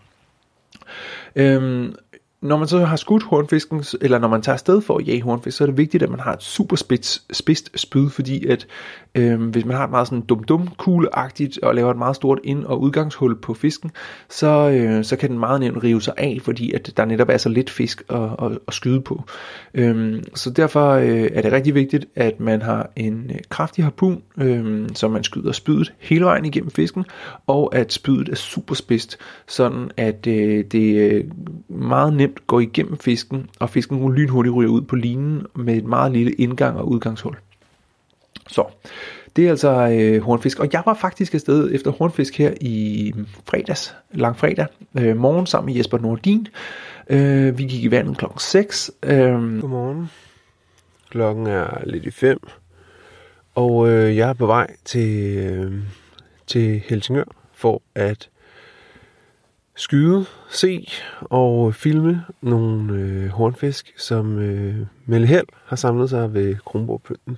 Når man så har skudt hornfisken, eller når man tager afsted for at jage hornfisk, så er det vigtigt, at man har et super spidst spyd, fordi at hvis man har et meget sådan dum-dum-kugleagtigt og laver et meget stort ind- og udgangshul på fisken, så kan den meget nemt rive sig af, fordi at der netop er så lidt fisk at skyde på. Så derfor er det rigtig vigtigt, at man har en kraftig harpun, så man skyder spydet hele vejen igennem fisken, og at spydet er super spidst, sådan at det meget nemt går igennem fisken, og fisken lynhurtigt ryger ud på linen med et meget lille indgang- og udgangshul. Så, det er altså hornfisk, og jeg var faktisk afsted efter hornfisk her i fredags, langfredag morgen sammen med Jesper Nordin. Vi gik i vandet klokken 6. Godmorgen. Klokken er lidt i 5, og jeg er på vej til Helsingør for at skyde, se og filme nogle hornfisk, som med held har samlet sig ved Kronborg-pynten.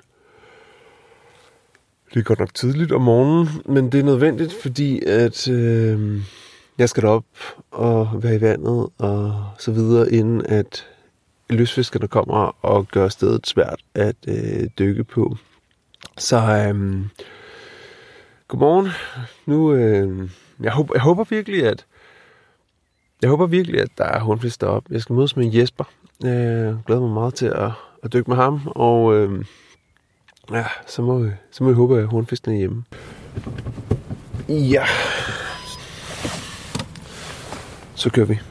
Det er godt nok tidligt om morgenen, men det er nødvendigt, fordi at jeg skal derop og være i vandet og så videre, inden at lystfiskerne kommer og gør stedet svært at dykke på. Så godmorgen. Nu, jeg håber virkelig, at der er hornfisk deroppe. Jeg skal mødes med Jesper. Jeg glæder mig meget til at dykke med ham, og ja, så må vi håbe, at hornfiskene er hjemme. Ja. Så kører vi.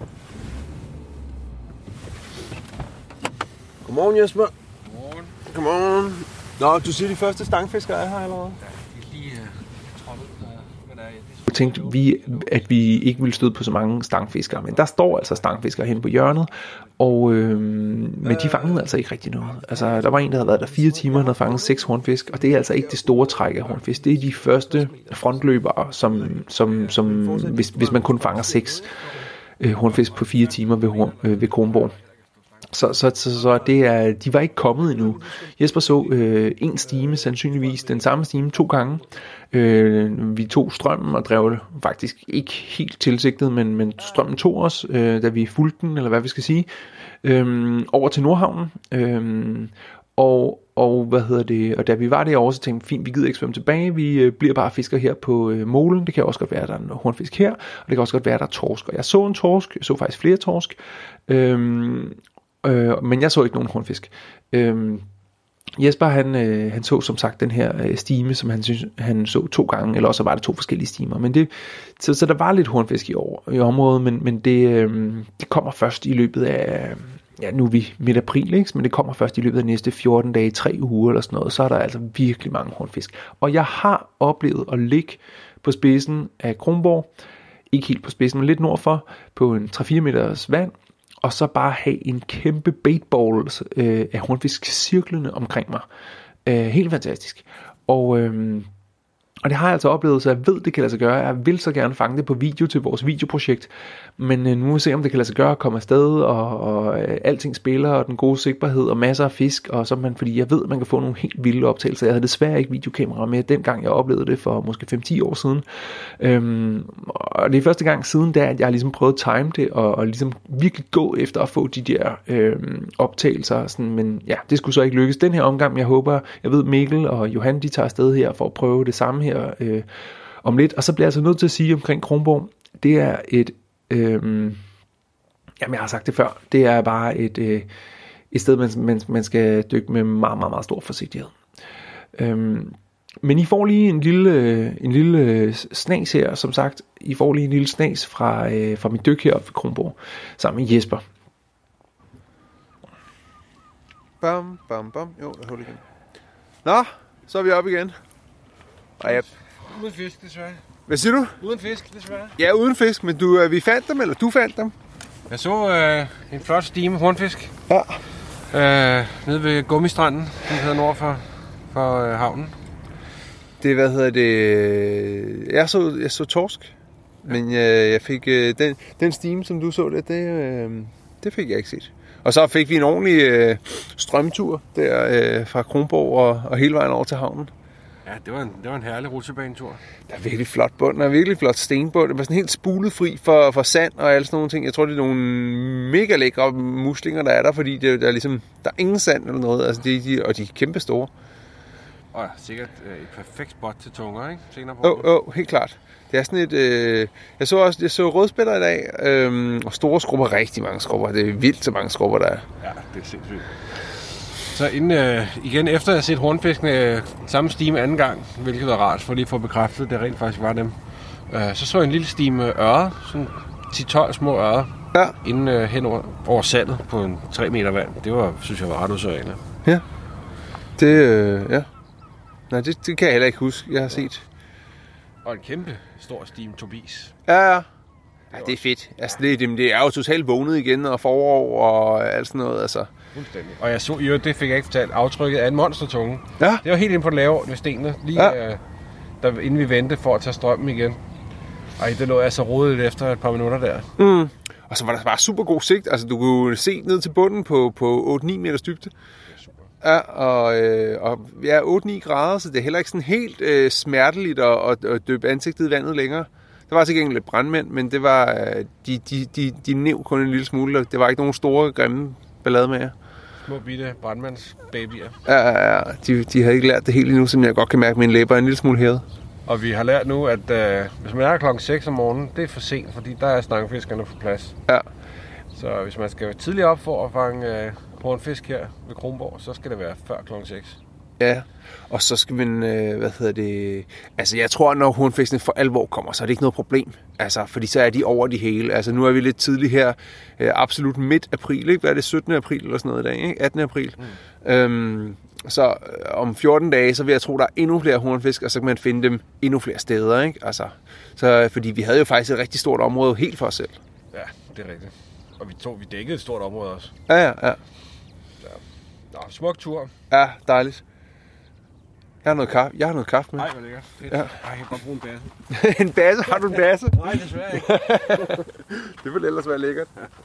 Godmorgen, Jesper. Godmorgen. Nå, du siger, de første stangfiskere er her allerede? Ja, de er lige trådt ud. Jeg tænkte, at vi ikke ville støde på så mange stangfiskere, men der står altså stangfiskere hen på hjørnet, og men de fangede altså ikke rigtig noget. Altså, der var en, der havde været der 4 timer, og havde fanget 6 hornfisk, og det er altså ikke det store træk af hornfisk. Det er de første frontløbere, som hvis man kun fanger 6 hornfisk på 4 timer ved Kronborg. Så det er, de var ikke kommet endnu. Jesper så en stime, sandsynligvis den samme stime 2 gange. Vi tog strømmen og drev det faktisk ikke helt tilsigtet, men strømmen tog os, da vi fulgte den, eller hvad vi skal sige, over til Nordhavnen. Og og da vi var derovre, så tænkte vi, fint, vi gider ikke svømme tilbage, vi bliver bare fisker her på molen. Det kan også godt være, at der er en hornfisk her, og det kan også godt være, at der er torsk. Og jeg så en torsk, jeg så faktisk flere torsk, men jeg så ikke nogen hornfisk. Jesper han så som sagt den her stime, som han så 2 gange, eller også var det 2 forskellige stimer. Men så der var lidt hornfisk i området, men det kommer først i løbet af, ja, nu er vi midt april, ikke? Men det kommer først i løbet af næste 14 dage, 3 uger eller sådan noget. Så er der altså virkelig mange hornfisk. Og jeg har oplevet at ligge på spidsen af Kronborg, ikke helt på spidsen, men lidt nordfor, på en 3-4 meters vand, og så bare have en kæmpe baitball af hornfisk cirklende omkring mig. Helt fantastisk. Og det har jeg altså oplevet, så jeg ved, det kan lade sig gøre. Jeg vil så gerne fange det på video til vores videoprojekt. Men nu må vi se, om det kan lade sig gøre at komme afsted, og alting spiller, og den gode sigtbarhed, og masser af fisk, og så fordi jeg ved, at man kan få nogle helt vilde optagelser. Jeg havde desværre ikke videokamera med, dengang jeg oplevede det for måske 5-10 år siden. Og det er første gang siden da, at jeg har ligesom prøvet at time det, og ligesom virkelig gå efter at få de der optagelser. Sådan, men ja, det skulle så ikke lykkes den her omgang. Jeg ved Mikkel og Johan, de tager afsted her for at prøve det samme her om lidt. Og så bliver jeg altså nødt til at sige omkring Kronborg, det er et jamen jeg har sagt det før, det er bare et sted, man skal dykke med meget, meget, meget stor forsigtighed. Men I får lige en lille snas her, som sagt. I får lige en lille snas fra mit dyk heroppe ved Kronborg, sammen med Jesper. Bam, bam, bam. Jo, der er hul igen. Nå, så er vi oppe igen. Uden fisk, desværre. Hvad siger du? Uden fisk, desværre. Ja, uden fisk, men vi fandt dem, eller du fandt dem? Jeg så en flot stime hornfisk. Ja. Nede ved Gummistranden, som hedder nord for havnen. Det, jeg så torsk, men jeg fik den stime, som du så det fik jeg ikke set. Og så fik vi en ordentlig strømtur der fra Kronborg og hele vejen over til havnen. Ja, det var en herlig rutsjebanetur. Der er virkelig flot bund, der er virkelig flot stenbund. Det var sådan helt spulet fri for sand og alle sådan nogle ting. Jeg tror, det er nogle mega lækre muslinger, der er der, fordi der er ingen sand eller noget. Altså, og de er kæmpe store. Og sikkert et perfekt spot til tunger, ikke? Senere på. Helt klart. Det er sådan et... Jeg så rødspætter i dag, og store skrubber, rigtig mange skrubber. Det er vildt, så mange skrubber, der er. Ja, det er sindssygt. Så igen efter at have set hornfiskene samme stime anden gang, hvilket var rart, for lige at få bekræftet, det rent faktisk var dem, så jeg en lille stime ørred, sådan 10-12 små ørred, inden hen over sandet på 3 meter vand. Det synes jeg var ret usædvanligt. Ja. Nej, det kan jeg heller ikke huske, jeg har set. Og en kæmpe stor stime tobis. Ja, det er fedt. Altså, det er jo totalt vågnet igen, og forår og alt sådan noget, altså. Fuldstændig. Og jeg så, det fik jeg ikke fortalt, aftrykket af en monstertunge. Ja. Det var helt inde på lave ved stenene, lige inden vi ventede for at tage strømmen igen. Ej, det lå jeg så rodet efter et par minutter der. Mm. Og så var der bare super god sigt. Altså, du kunne se ned til bunden på 8-9 meters dybde. Ja, og 8-9 grader, så det er heller ikke sådan helt smerteligt at døbe ansigtet i vandet længere. Der var sikkert lidt brandmænd, men det var, de næv kun en lille smule. Det var ikke nogen store, grimme ballade med jer. Små bitte brandmandsbabyer. Ja, de havde ikke lært det helt endnu, som jeg godt kan mærke, min læber er en lille smule hævet. Og vi har lært nu, at hvis man er klokken 6 om morgenen, det er for sent, fordi der er stangfiskerne på plads. Ja. Så hvis man skal være tidligere op for at fange hornfisk her ved Kronborg, så skal det være før klokken 6. Ja, og så skal man, altså jeg tror, når hornfiskene for alvor kommer, så er det ikke noget problem. Altså, fordi så er de over de hele. Altså nu er vi lidt tidligt her, absolut midt april, ikke? Hvad er det, 17. april eller sådan noget i dag, ikke? 18. april. Så om 14 dage, så vil jeg tro, der er endnu flere hornfisk, og så kan man finde dem endnu flere steder, ikke? Altså, så, fordi vi havde jo faktisk et rigtig stort område helt for os selv. Ja, det er rigtigt. Og vi dækkede et stort område også. Ja. Nå, smuk tur. Ja, dejligt. Jeg har noget kaffe med. Nej, hvor lækkert. Ja. Jeg kan godt bruge en basse. En basse? Har du en basse? Nej, desværre ikke. Det ville ellers være lækkert.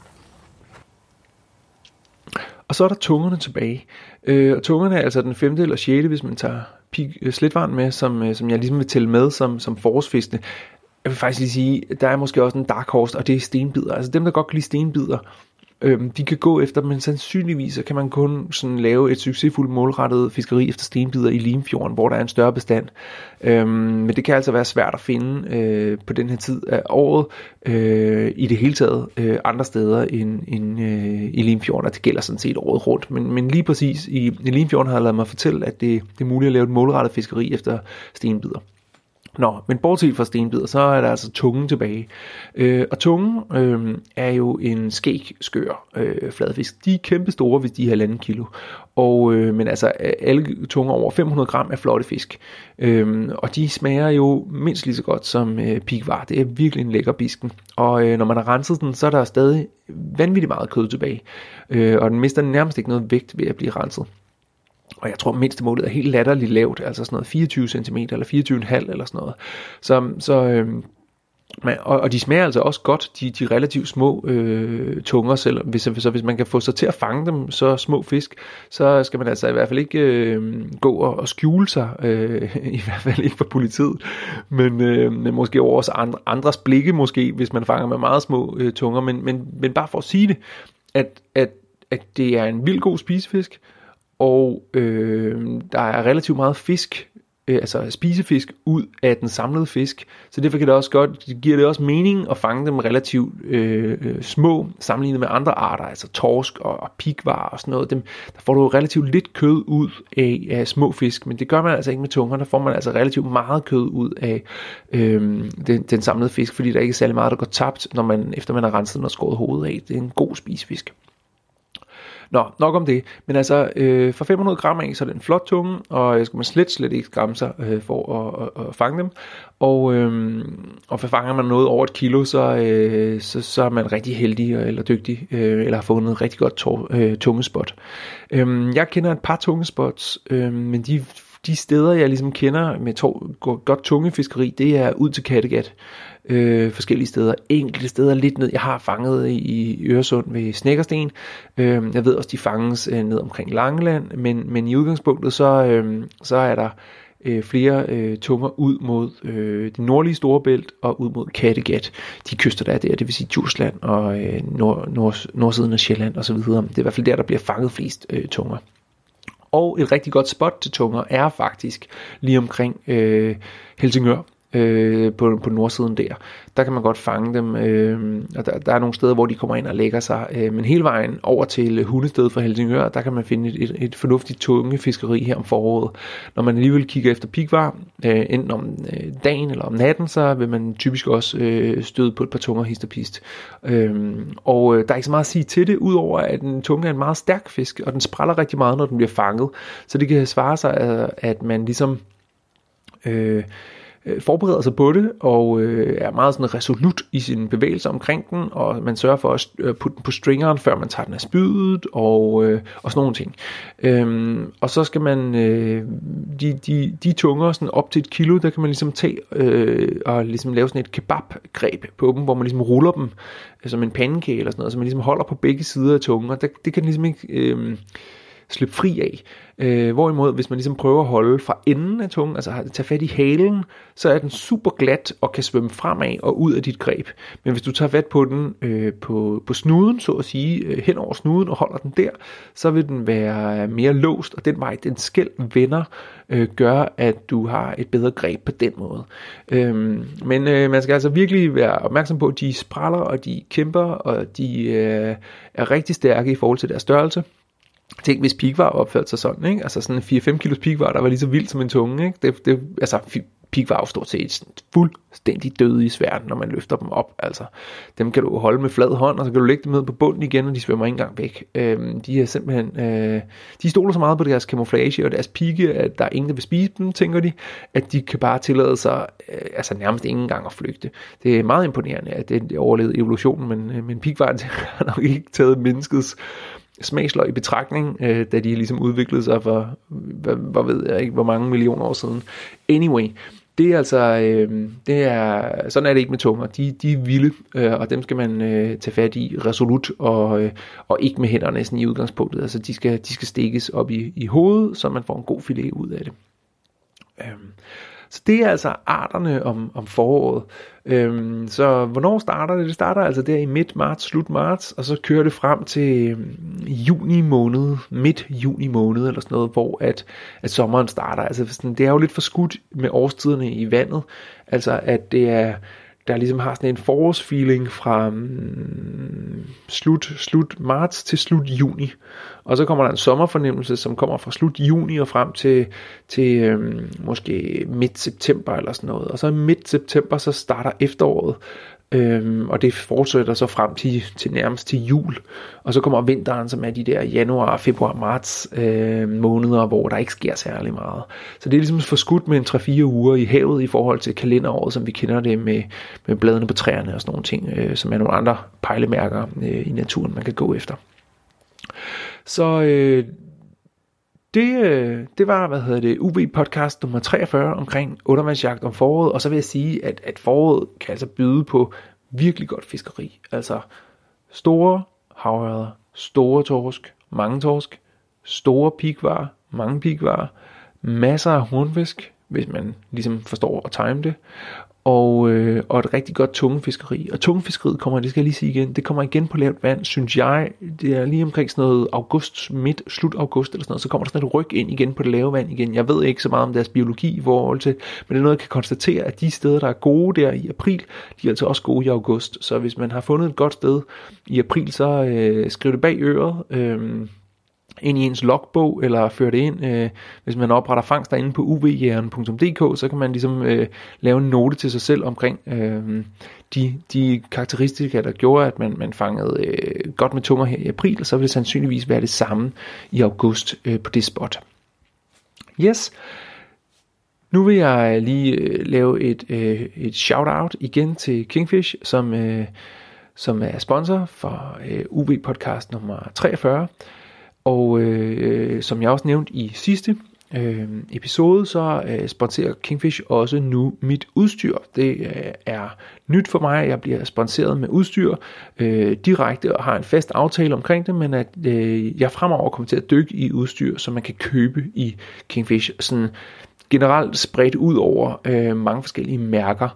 Og så er der tungerne tilbage. Og tungerne er altså den 5. eller 6., hvis man tager slitvaren med, som jeg ligesom vil tælle med som forårsfiskene. Jeg vil faktisk lige sige, der er måske også en dark horse, og det er stenbider. Altså dem, der godt kan lide stenbider, de kan gå efter, men sandsynligvis så kan man kun sådan lave et succesfuldt målrettet fiskeri efter stenbider i Limfjorden, hvor der er en større bestand. Men det kan altså være svært at finde på den her tid af året i det hele taget andre steder end i Limfjorden, og det gælder sådan set året rundt. Men lige præcis i Limfjorden har jeg ladet mig fortælle, at det er muligt at lave et målrettet fiskeri efter stenbider. Nå, men bortset fra stenbider, så er der altså tungen tilbage. Og tungen er jo en skægskør fladfisk. De er kæmpe store, hvis de er 1,5 kilo. Men altså alle tunger over 500 gram er flotte fisk. Og de smager jo mindst lige så godt som pikvar. Det er virkelig en lækker bisken. Og når man har renset den, så er der stadig vanvittigt meget kød tilbage. Og den mister nærmest ikke noget vægt ved at blive renset. Og jeg tror, mindstemålet er helt latterligt lavt, altså sådan noget 24 cm eller 24,5 eller sådan noget. Og de smager altså også godt, de relativt små tunger, selv hvis man kan få sig til at fange dem, så små fisk, så skal man altså i hvert fald ikke gå og skjule sig, i hvert fald ikke for politiet, men måske over også andres blikke måske, hvis man fanger med meget små tunger, men bare for at sige det, at det er en vildt god spisefisk, og der er relativt meget fisk, altså spisefisk ud af den samlede fisk, så derfor kan det også godt, det giver det også mening at fange dem relativt små, sammenlignet med andre arter, altså torsk og pikvar og sådan noget. Der får du relativt lidt kød ud af små fisk, men det gør man altså ikke med tunger. Der får man altså relativt meget kød ud af den samlede fisk, fordi der ikke er særlig meget, der går tabt, efter man har renset den og skåret hovedet af. Det er en god spisefisk. Nå, nok om det. Men altså, for 500 gram af, så er det en flot tunge, og skal man slet ikke skræmme sig for at fange dem. Og fanger man noget over 1 kilo, så er man rigtig heldig eller dygtig, eller har fundet et rigtig godt tungespot. Jeg kender et par tungespots, men de steder, jeg ligesom kender med godt tungefiskeri, det er ud til Kattegat. Forskellige steder, enkelte steder lidt ned. Jeg har fanget i Øresund ved Snekkersten. Jeg ved også, de fanges ned omkring Langeland, men i udgangspunktet, så er der flere tunger ud mod det nordlige Storebælt og ud mod Kattegat. De kyster der er der, det vil sige Djursland og nordsiden af Sjælland osv. Det er i hvert fald der bliver fanget flest tunger. Og et rigtig godt spot til tunger er faktisk lige omkring Helsingør. På nordsiden der kan man godt fange dem, og der er nogle steder, hvor de kommer ind og lægger sig, men hele vejen over til Hundested fra Helsingør, der kan man finde et fornuftigt tungefiskeri her om foråret. Når man alligevel kigger efter pikvar, enten om dagen eller om natten, så vil man typisk også støde på et par tunger hist og pist. Og der er ikke så meget at sige til det, udover at en tunge er en meget stærk fisk, og den spræller rigtig meget, når den bliver fanget. Så det kan svare sig, at man ligesom forbereder sig på det, og er meget sådan resolut i sine bevægelser omkring den, og man sørger for at putte den på stringeren, før man tager den af spydet, og sådan nogle ting. Og så skal man, de tunger sådan op til 1 kilo, der kan man ligesom tage og ligesom lave sådan et kebabgreb på dem, hvor man ligesom ruller dem som en pandekage eller sådan noget, så man ligesom holder på begge sider af tungen, og det kan ligesom ikke slippe fri af. Hvorimod, hvis man ligesom prøver at holde fra enden af tungen, altså tage fat i halen, så er den super glat og kan svømme fremad og ud af dit greb. Men hvis du tager fat på den på snuden, så at sige, hen over snuden og holder den der, så vil den være mere låst, og den vej, den skæld vender, gør, at du har et bedre greb på den måde. Men man skal altså virkelig være opmærksom på, at de spræller, og de kæmper, og de er rigtig stærke i forhold til deres størrelse. Tænk, hvis pikvar opførte sig sådan, ikke? Altså sådan en 4-5 kilos pikvar, der var lige så vild som en tunge, ikke? Altså pikvar er stort set fuldstændig døde i svært, når man løfter dem op, altså. Dem kan du holde med flad hånd, og så kan du lægge dem ned på bunden igen, og de svømmer ikke engang væk. De er simpelthen, de stoler så meget på deres camouflage og deres pigge, at der er ingen, der vil spise dem, tænker de, at de kan bare tillade sig, altså nærmest ingen gang at flygte. Det er meget imponerende, at det overlevede evolutionen, men pikvaren har nok ikke taget menneskets smagsløg i betragtning, da de ligesom udviklede sig for, hvad ved jeg ikke, hvor mange millioner år siden. Anyway, det er altså, sådan er det ikke med tunger. De er vilde, og dem skal man tage fat i resolut, og ikke med hænderne sådan i udgangspunktet. Altså de skal stikkes op i hovedet, så man får en god filet ud af det. Så det er altså arterne om foråret. Så hvornår starter det? Det starter altså der i midt marts, slut marts, og så kører det frem til juni måned, midt juni måned eller sådan noget, hvor at sommeren starter. Altså det er jo lidt forskudt med årstiderne i vandet, altså at det er der ligesom har sådan en forårsfeeling fra slut marts til slut juni. Og så kommer der en sommerfornemmelse, som kommer fra slut juni og frem til måske midt september eller sådan noget. Og så midt september, så starter efteråret. Og det fortsætter så frem til nærmest til jul. Og så kommer vinteren, som er de der januar, februar, marts måneder, hvor der ikke sker særlig meget. Så det er ligesom forskudt med en 3-4 uger i havet i forhold til kalenderåret, som vi kender det med bladene på træerne og sådan nogle ting, som er nogle andre pejlemærker i naturen, man kan gå efter. Så det var, UV-podcast nummer 43 omkring undervandsjagt om foråret, og så vil jeg sige, at foråret kan altså byde på virkelig godt fiskeri. Altså store havørreder, store torsk, mange torsk, store pikvarer, mange pikvarer, masser af hornfisk, hvis man ligesom forstår at time det, og et rigtig godt tungefiskeri. Og tungefiskeriet kommer, det skal jeg lige sige igen, det kommer igen på lavt vand, synes jeg. Det er lige omkring sådan noget august, slut august eller sådan noget, så kommer der sådan et ryg ind igen på det lave vand igen. Jeg ved ikke så meget om deres biologi i forhold til, men det er noget, jeg kan konstatere, at de steder, der er gode der i april, de er altså også gode i august. Så hvis man har fundet et godt sted i april, så skriv det bag øret. ind i ens logbog, eller føre det ind, hvis man opretter fangster inde på uvjægeren.dk, så kan man ligesom lave en note til sig selv omkring de karakteristika, der gjorde, at man fangede godt med tunger her i april, og så vil det sandsynligvis være det samme i august på det spot. Yes. Nu vil jeg lige lave et shout-out igen til Kingfish, som er sponsor for UV podcast nummer 43. Og som jeg også nævnte i sidste episode, så sponsorerer Kingfish også nu mit udstyr. Det er nyt for mig, jeg bliver sponsoreret med udstyr direkte og har en fast aftale omkring det, men at jeg fremover kommer til at dykke i udstyr, som man kan købe i Kingfish, sådan generelt spredt ud over mange forskellige mærker.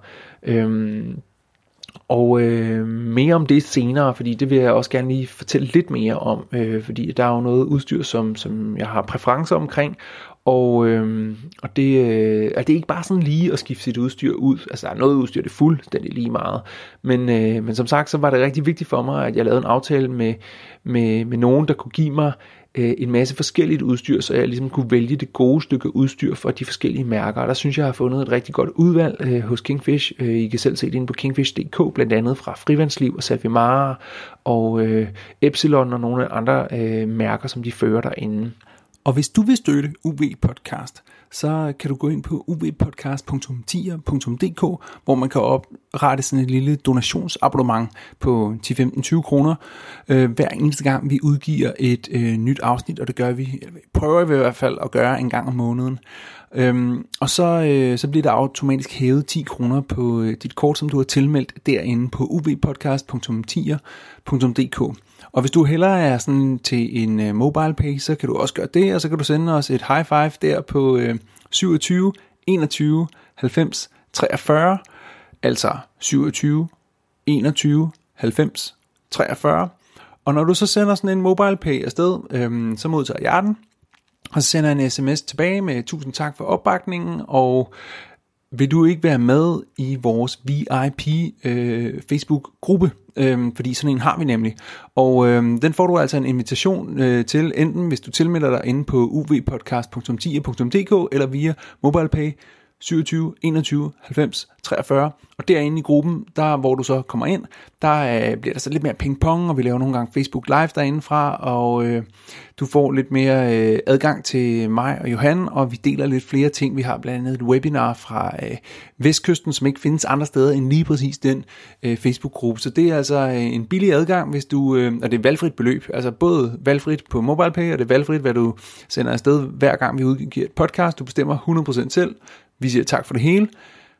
Og mere om det senere, fordi det vil jeg også gerne lige fortælle lidt mere om, fordi der er jo noget udstyr, som jeg har præferencer omkring, og det er ikke bare sådan lige at skifte sit udstyr ud. Altså der er noget udstyr, det er fuldstændig lige meget, men som sagt, så var det rigtig vigtigt for mig, at jeg lavede en aftale med nogen, der kunne give mig en masse forskelligt udstyr, så jeg ligesom kunne vælge det gode stykke udstyr for de forskellige mærker. Og der synes jeg har fundet et rigtig godt udvalg hos Kingfish. I kan selv se det inde på kingfish.dk, blandt andet fra Frivandsliv og Salvimara og Epsilon og nogle andre mærker, som de fører derinde. Og hvis du vil støtte UV Podcast, så kan du gå ind på uvpodcast.tier.dk, hvor man kan oprette sådan et lille donationsabonnement på 10-15-20 kroner hver eneste gang vi udgiver et nyt afsnit, og det gør vi, prøver vi i hvert fald at gøre en gang om måneden. Og så bliver der automatisk hævet 10 kroner på dit kort, som du har tilmeldt derinde på uvpodcast.tier.dk. Og hvis du hellere er sådan til en mobile pay, så kan du også gøre det, og så kan du sende os et high five der på 27 21 90 43, altså 27 21 90 43. Og når du så sender sådan en mobile pay afsted, så modtager jeg den, og så sender en sms tilbage med 1000 tak for opbakningen, og vil du ikke være med i vores VIP Facebook-gruppe, fordi sådan en har vi nemlig, og den får du altså en invitation til, enten hvis du tilmelder dig inde på uvpodcast.tier.dk eller via MobilePay 27 21 90 43, og derinde i gruppen, der hvor du så kommer ind, der bliver der så lidt mere ping-pong, og vi laver nogle gange Facebook Live derinde fra, og du får lidt mere adgang til mig og Johan, og vi deler lidt flere ting. Vi har blandt andet et webinar fra Vestkysten, som ikke findes andre steder end lige præcis den Facebook-gruppe, så det er altså en billig adgang, hvis du, og det er valgfrit beløb, altså både valgfrit på MobilePay, og det er valgfrit, hvad du sender afsted hver gang vi udgiver et podcast. Du bestemmer 100% selv. Vi siger tak for det hele.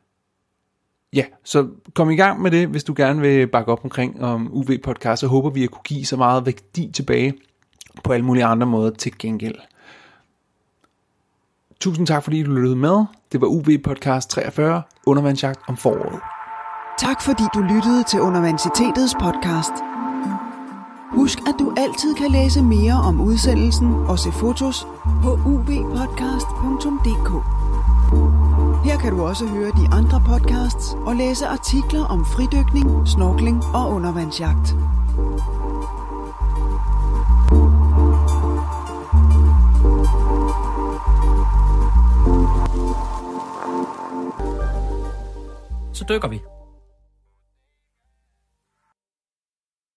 Ja, så kom i gang med det, hvis du gerne vil bakke op omkring UV Podcast, så håber vi at kunne give så meget værdi tilbage på alle mulige andre måder til gengæld. Tusind tak fordi du lyttede med. Det var UV Podcast 43, Undervandsjagt om foråret. Tak fordi du lyttede til Universitetets podcast. Husk, at du altid kan læse mere om udsendelsen og se fotos på uvpodcast.dk. Her kan du også høre de andre podcasts og læse artikler om fridykning, snorkling og undervandsjagt. Så dykker vi.